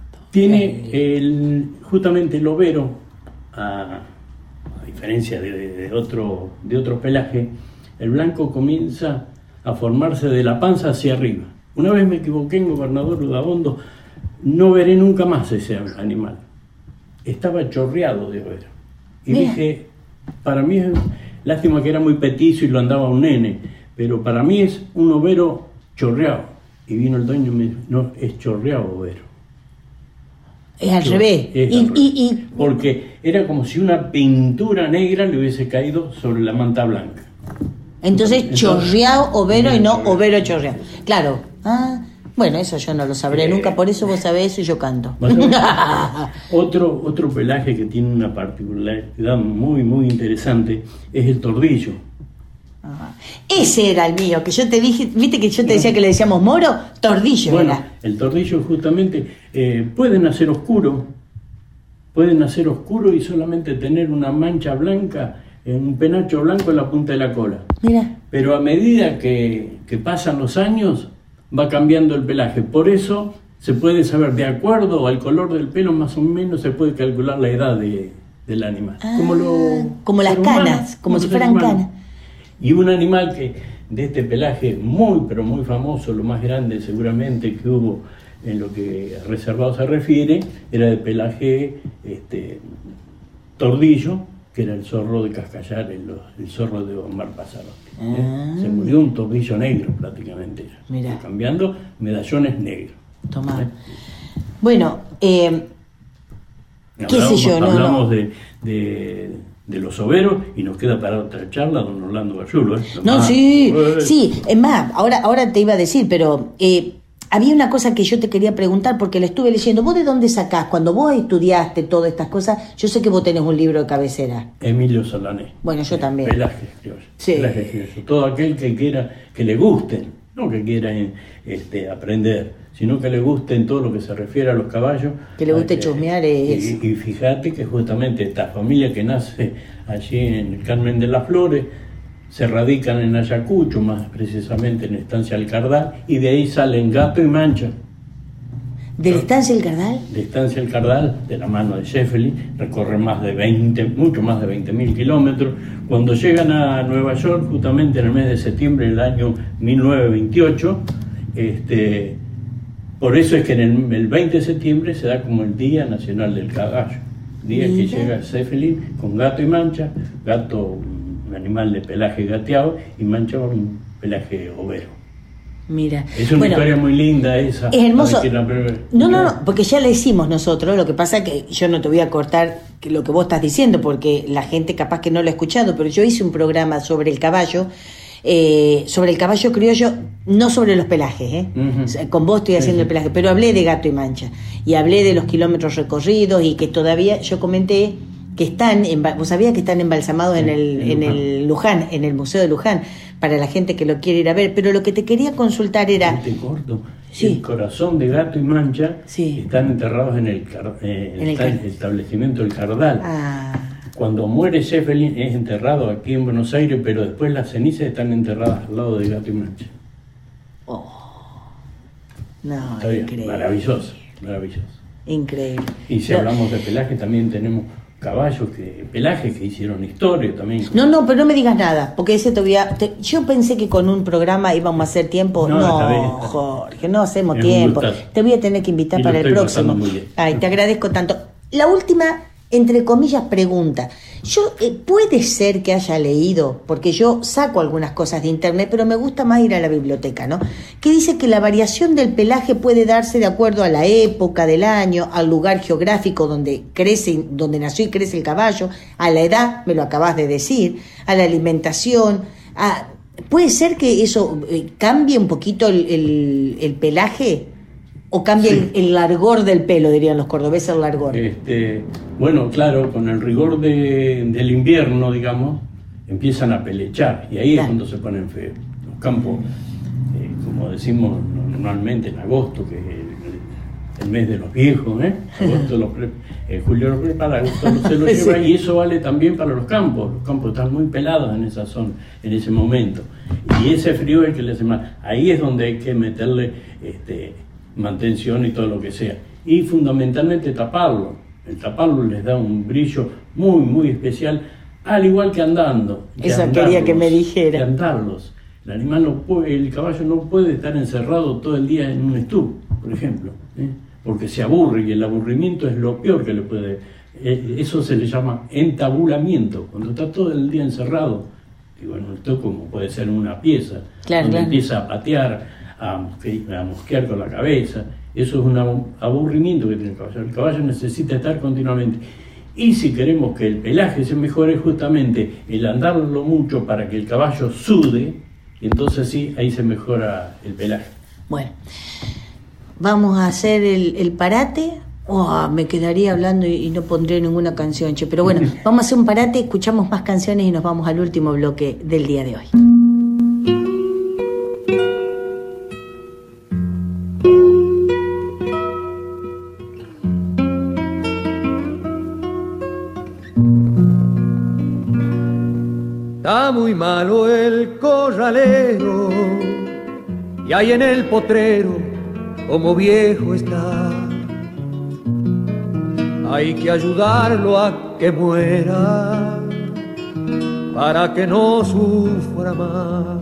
Tiene el, justamente el overo, a, a diferencia de, de, de, otro, de otro pelaje, el blanco comienza a formarse de la panza hacia arriba. Una vez me equivoqué en Gobernador Udaondo, no veré nunca más ese animal. Estaba chorreado de overo. Y Mira. dije, para mí es lástima que era muy petizo y lo andaba un nene, pero para mí es un overo chorreado. Y vino el dueño y me dijo, no, es chorreado overo. Es al revés. Es y, al revés. Y, y... Porque era como si una pintura negra le hubiese caído sobre la manta blanca. Entonces, Entonces chorreado overo y no overo chorreado. Claro. Ah, bueno. Bueno, eso yo no lo sabré eh, nunca, por eso vos sabés eso y yo canto. otro, otro pelaje que tiene una particularidad muy, muy interesante es el tordillo. Ah, ese era el mío, que yo te dije, viste que yo te decía que le decíamos moro, tordillo bueno, era. El tordillo justamente eh, puede nacer oscuro, puede nacer oscuro y solamente tener una mancha blanca, un penacho blanco en la punta de la cola. Mira. Pero a medida que, que pasan los años va cambiando el pelaje, por eso se puede saber, de acuerdo al color del pelo más o menos se puede calcular la edad de, del animal. Ah, como lo, como las humano, canas, como, como si fueran humano. canas. Y un animal que de este pelaje muy, pero muy famoso, lo más grande seguramente que hubo en lo que reservado se refiere, era de pelaje este, tordillo, que era el zorro de Cascallar, el, el zorro de Omar Pasarotti. ¿eh? Ah, se murió un tordillo negro prácticamente, mira. cambiando medallones negros. Tomá. ¿Eh? Bueno, eh, qué hablamos, sé yo, no, hablamos no. de... de de los soberos y nos queda para otra charla don Orlando Gallulo. ¿eh? No, más, sí, eh. sí, es más, ahora, ahora te iba a decir, pero eh, había una cosa que yo te quería preguntar porque la estuve leyendo. ¿Vos de dónde sacás? Cuando vos estudiaste todas estas cosas, yo sé que vos tenés un libro de cabecera. Emilio Solané. Bueno, yo eh, también. Pelajes criollos. Sí. Pelajes criollos. Todo aquel que quiera, que le gusten, no que quiera este, aprender, sino que le guste en todo lo que se refiere a los caballos. Que le guste eh, chusmear es... Y, y fíjate que justamente esta familia que nace allí en el Carmen de las Flores, se radican en Ayacucho, más precisamente en Estancia El Cardal, y de ahí salen Gato y Mancha. ¿De la Estancia El Cardal? De Estancia El Cardal, de la mano de Sheffield, recorren más de veinte, mucho más de veinte mil kilómetros. Cuando llegan a Nueva York, justamente en el mes de septiembre del año mil novecientos veintiocho, este, por eso es que en el, el veinte de septiembre se da como el Día Nacional del Caballo. Día Mira. que llega Zeppelin con Gato y Mancha, Gato un animal de pelaje gateado y Mancha un pelaje overo. Mira. Es una bueno, historia muy linda esa. Es hermoso. La... No, no, no, porque ya la hicimos nosotros, lo que pasa es que yo no te voy a cortar lo que vos estás diciendo porque la gente capaz que no lo ha escuchado, pero yo hice un programa sobre el caballo, eh, sobre el caballo criollo, no sobre los pelajes, ¿eh? Uh-huh. O sea, con vos estoy haciendo uh-huh. el pelaje, pero hablé de Gato y Mancha y hablé de los kilómetros recorridos y que todavía yo comenté que están, en, vos sabías que están embalsamados sí, en el en el Luján, en el Museo de Luján, para la gente que lo quiere ir a ver, pero lo que te quería consultar era... Te corto. Sí. El corazón de Gato y Mancha sí. están enterrados en el, eh, en el, el establecimiento del Cardal. Ah. Cuando muere Zeppelin es enterrado aquí en Buenos Aires, pero después las cenizas están enterradas al lado de Gato y Mancha. Oh. No, Está bien, increíble. Maravilloso, maravilloso. Increíble. Y si no. hablamos de pelaje, también tenemos caballos, que pelajes que hicieron historia también. No, no, pero no me digas nada, porque ese todavía... Te, yo pensé que con un programa íbamos a hacer tiempo. No, no vez, Jorge, no hacemos tiempo. Te voy a tener que invitar y para el próximo. Ay, te agradezco tanto. La última, entre comillas, pregunta. Yo, eh, puede ser que haya leído, porque yo saco algunas cosas de internet, pero me gusta más ir a la biblioteca, ¿no? Que dice que la variación del pelaje puede darse de acuerdo a la época del año, al lugar geográfico donde crece, donde nació y crece el caballo, a la edad, me lo acabas de decir, a la alimentación. A, ¿puede ser que eso eh, cambie un poquito el, el, el pelaje? ¿O cambia sí. el, el largor del pelo, dirían los cordobeses, el largor? Este, bueno, claro, con el rigor de, del invierno, digamos, empiezan a pelechar, y ahí claro. es cuando se ponen feos. Los campos, eh, como decimos normalmente en agosto, que es el, el mes de los viejos, ¿eh? Agosto los pre, eh, julio los prepara, agosto se los lleva, sí. y eso vale también para los campos. Los campos están muy pelados en esa zona, en ese momento. Y ese frío es el que le hace mal. Ahí es donde hay que meterle... Este, mantención y todo lo que sea, y fundamentalmente taparlo. El taparlo les da un brillo muy muy especial, al igual que andando. Que Eso andarlos, quería que me dijera. Que andarlos. El animal no puede, el caballo no puede estar encerrado todo el día en un estú, por ejemplo, ¿eh? porque se aburre, y el aburrimiento es lo peor que le puede. Eh, eso se le llama entabulamiento, cuando está todo el día encerrado. Y bueno, esto como puede ser una pieza, claro, donde claro. empieza a patear, A, a mosquear con la cabeza. Eso es un aburrimiento que tiene el caballo. El caballo necesita estar continuamente. Y si queremos que el pelaje se mejore, justamente el andarlo mucho para que el caballo sude, y entonces sí, ahí se mejora el pelaje. Bueno, vamos a hacer el, el parate. Oh, me quedaría hablando y, y no pondré ninguna canción, che. Pero bueno, vamos a hacer un parate, escuchamos más canciones y nos vamos al último bloque del día de hoy. Está muy malo el corralero y ahí en el potrero como viejo está. Hay que ayudarlo a que muera para que no sufra más.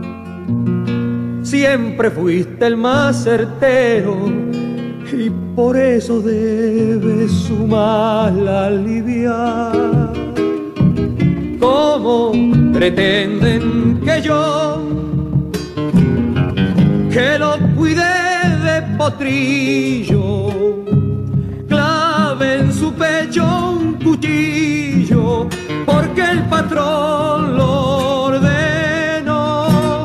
Siempre fuiste el más certero y por eso debes su mal aliviar. ¿Cómo pretenden que yo, que lo cuide de potrillo, clave en su pecho un cuchillo porque el patrón lo ordenó?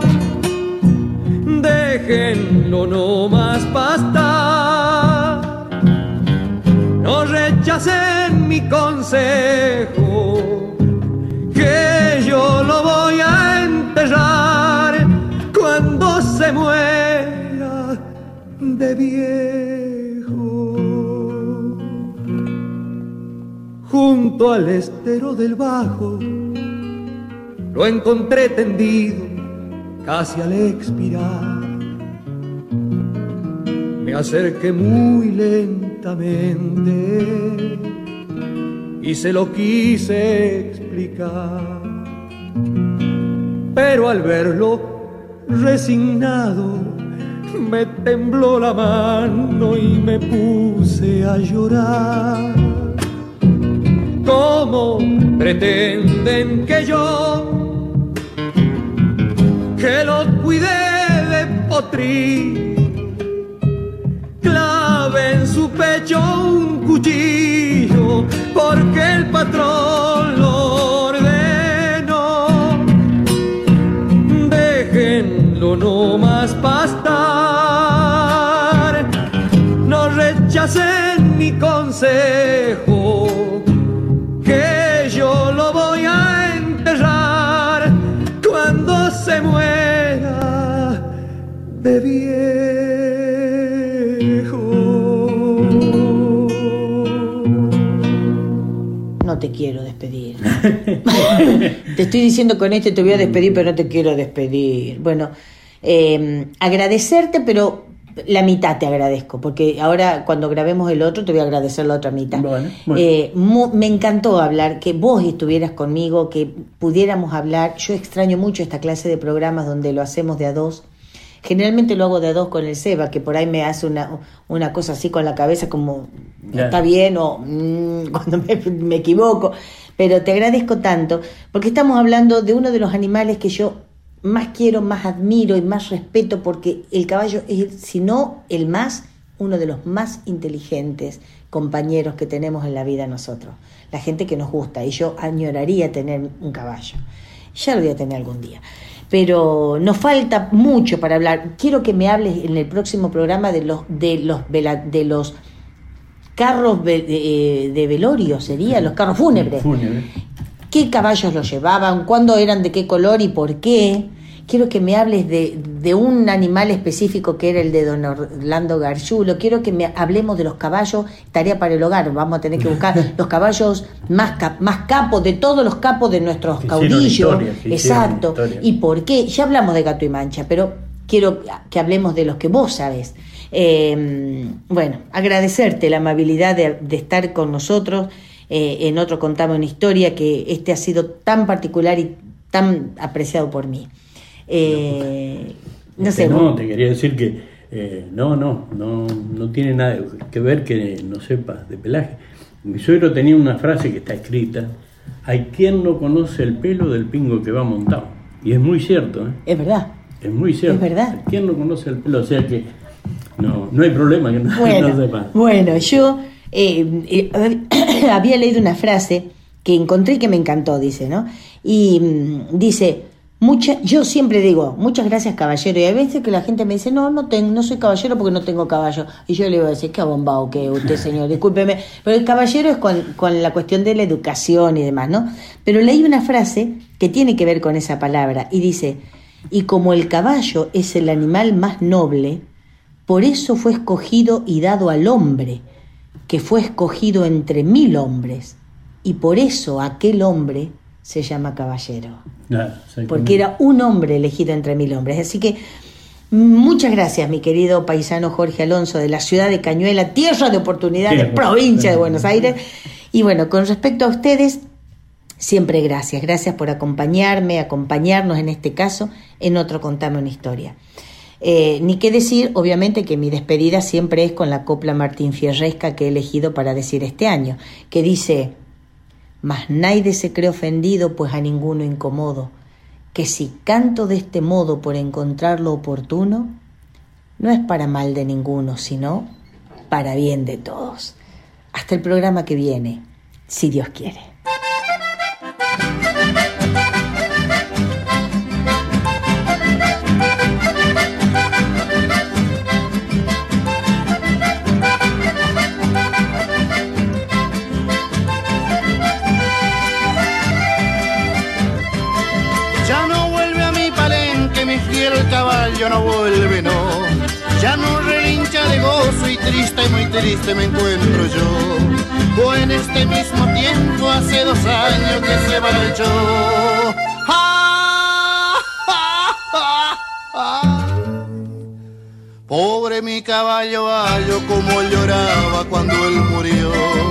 Déjenlo no más pastar, no rechacen mi consejo, que yo lo voy a enterrar cuando se muera de viejo. Junto al estero del Bajo lo encontré tendido casi al expirar. Me acerqué muy lentamente y se lo quise explicar, pero al verlo resignado me tembló la mano y me puse a llorar. ¿Cómo pretenden que yo, que lo cuide de potrillo, clave en su pecho un cuchillo porque el patrón lo ordenó? Déjenlo no más pastar, no rechacen mi consejo, que yo lo voy a enterrar cuando se muera de viejo. No te quiero despedir. Te estoy diciendo con esto te voy a despedir, pero no te quiero despedir. Bueno, eh, agradecerte, pero la mitad te agradezco, porque ahora cuando grabemos el otro te voy a agradecer la otra mitad. Bueno, bueno. Eh, mu- me encantó hablar, que vos estuvieras conmigo, que pudiéramos hablar. Yo extraño mucho esta clase de programas donde lo hacemos de a dos. Generalmente lo hago de a dos con el Seba, que por ahí me hace una, una cosa así con la cabeza como Ya. está bien o mmm, cuando me, me equivoco. Pero te agradezco tanto, porque estamos hablando de uno de los animales que yo más quiero, más admiro y más respeto, porque el caballo es, si no el más, uno de los más inteligentes compañeros que tenemos en la vida nosotros, la gente que nos gusta, y yo añoraría tener un caballo. Ya lo voy a tener algún día, pero nos falta mucho para hablar. Quiero que me hables en el próximo programa de los de los de los carros de, de velorio, sería los carros fúnebres. Fúnebre. ¿Qué caballos los llevaban? ¿Cuándo eran? ¿De qué color y por qué? Quiero que me hables de, de un animal específico que era el de don Orlando Gargiulo. Quiero que me hablemos de los caballos, tarea para el hogar. Vamos a tener que buscar los caballos más, cap, más capos, de todos los capos de nuestros Que caudillos. historia, que Exacto. historia. ¿Y por qué? Ya hablamos de Gato y Mancha, pero quiero que hablemos de los que vos sabés. Eh, bueno, agradecerte la amabilidad de, de estar con nosotros. Eh, en otro Contame una Historia, que este ha sido tan particular y tan apreciado por mí. Eh, no sé. No, vos- te quería decir que eh, no, no, no, no tiene nada que ver que no sepas de pelaje. Mi suegro tenía una frase que está escrita: hay quien no conoce el pelo del pingo que va montado. Y es muy cierto, ¿eh? Es verdad. Es muy cierto. Es verdad. Hay quien no conoce el pelo, o sea que no, no hay problema que no, Bueno, no sepa. bueno, yo eh, eh, había leído una frase que encontré y que me encantó, dice, ¿no? Y mm, dice: Mucha, yo siempre digo, muchas gracias caballero, y hay veces que la gente me dice, no, no tengo, no soy caballero porque no tengo caballo, y yo le voy a decir, qué abombado que usted, señor, discúlpeme, pero el caballero es con, con la cuestión de la educación y demás, ¿no? Pero leí una frase que tiene que ver con esa palabra, y dice, y como el caballo es el animal más noble, por eso fue escogido y dado al hombre, que fue escogido entre mil hombres, y por eso aquel hombre se llama caballero, ah, porque era un hombre elegido entre mil hombres. Así que muchas gracias, mi querido paisano Jorge Alonso, de la ciudad de Cañuela, tierra de oportunidades, sí, provincia de Buenos Aires. Y bueno, con respecto a ustedes, siempre gracias, gracias por acompañarme, acompañarnos en este caso, en otro Contame una Historia. Eh, ni qué decir, obviamente, que mi despedida siempre es con la copla Martín Fierresca que he elegido para decir este año, que dice: mas naide se cree ofendido, pues a ninguno incomodo, que si canto de este modo por encontrar lo oportuno, no es para mal de ninguno, sino para bien de todos. Hasta el programa que viene, si Dios quiere. El caballo no vuelve, no, ya no relincha de gozo y triste, muy triste me encuentro yo. O en este mismo tiempo hace dos años que se marchó. ¡Ah, ah, ah, ah! Pobre mi caballo, gallo, como lloraba cuando él murió.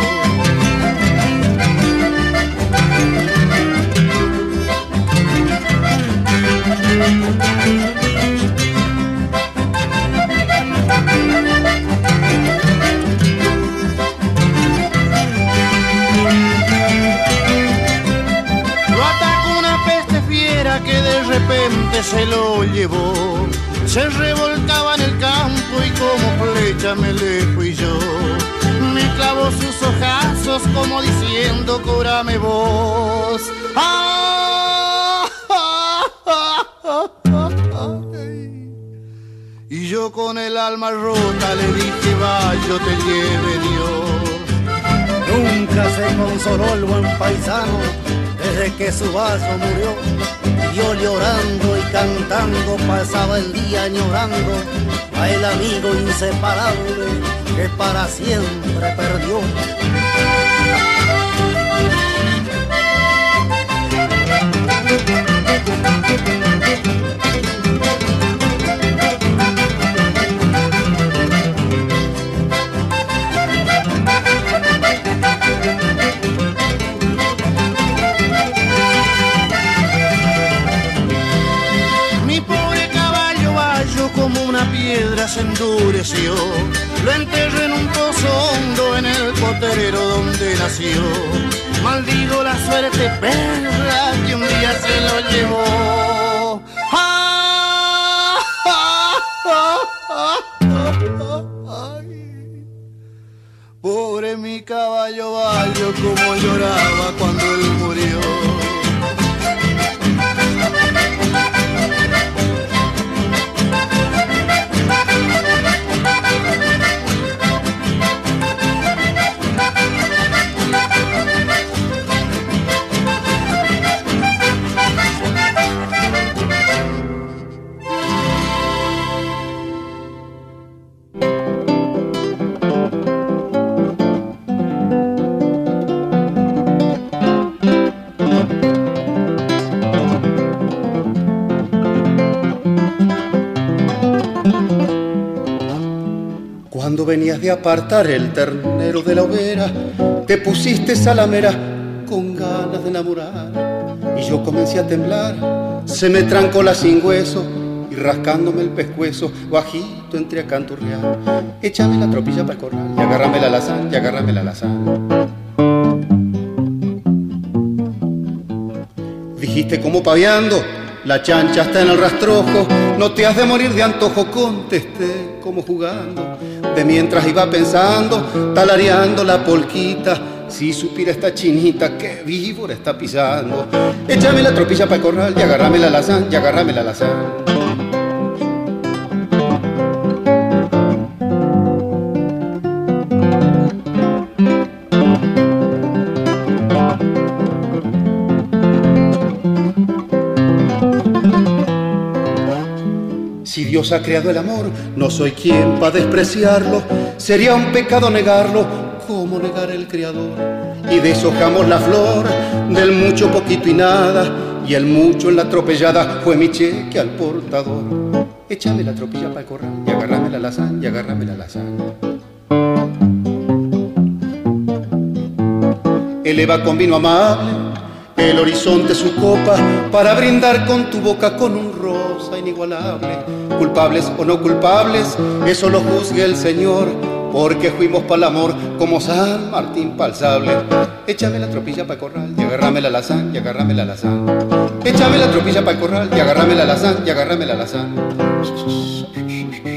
Lo atacó una peste fiera que de repente se lo llevó. Se revolcaba en el campo y como flecha me le fui yo. Me clavó sus ojazos como diciendo, cúrame vos. ¡Ah! ¡Ah! ¡Ah! ¡Ah! ¡Ah! Y yo con el alma rota le dije, vaya, te lleve Dios. Nunca se consoló el buen paisano desde que su vaso murió. Yo llorando y cantando pasaba el día añorando a el amigo inseparable que para siempre perdió. Piedra se endureció, lo enterré en un pozo hondo en el potrero donde nació. Maldigo la suerte perra que un día se lo llevó. ¡Ah! ¡Ah! ¡Ah! ¡Ah! ¡Ah! ¡Ay! Pobre mi caballo gallo, como lloraba cuando él murió. Cuando venías de apartar el ternero de la hoguera, te pusiste salamera con ganas de enamorar. Y yo comencé a temblar, se me trancó la sin hueso, y rascándome el pescuezo, bajito entré a canturrear. Échame la tropilla para el corral, y agárrame la alazán, y agárrame la alazán. Dijiste como paviando, la chancha está en el rastrojo, no te has de morir de antojo, contesté como jugando. De mientras iba pensando, talareando la polquita, Si supiera esta chinita que víbora está pisando. Échame la tropilla para el corral y agárrame la alazán, y agárrame la alazán. Si Dios ha creado el amor, no soy quien para despreciarlo. Sería un pecado negarlo, como negar el Creador. Y deshojamos la flor del mucho, poquito y nada, y el mucho en la atropellada fue mi cheque al portador. Échame la tropilla para el corral y agárrame la alazán, y agárrame la alazán. Eleva con vino amable el horizonte su copa para brindar con tu boca con un rosa inigualable. Culpables o no culpables, eso lo juzgue el Señor, porque fuimos pa'l amor como San Martín pa'l sable. Échame la tropilla pa'l corral y agárrame la alazán, y agárrame la alazán. Échame la tropilla pa'l corral y agárrame la alazán, y agárrame la alazán.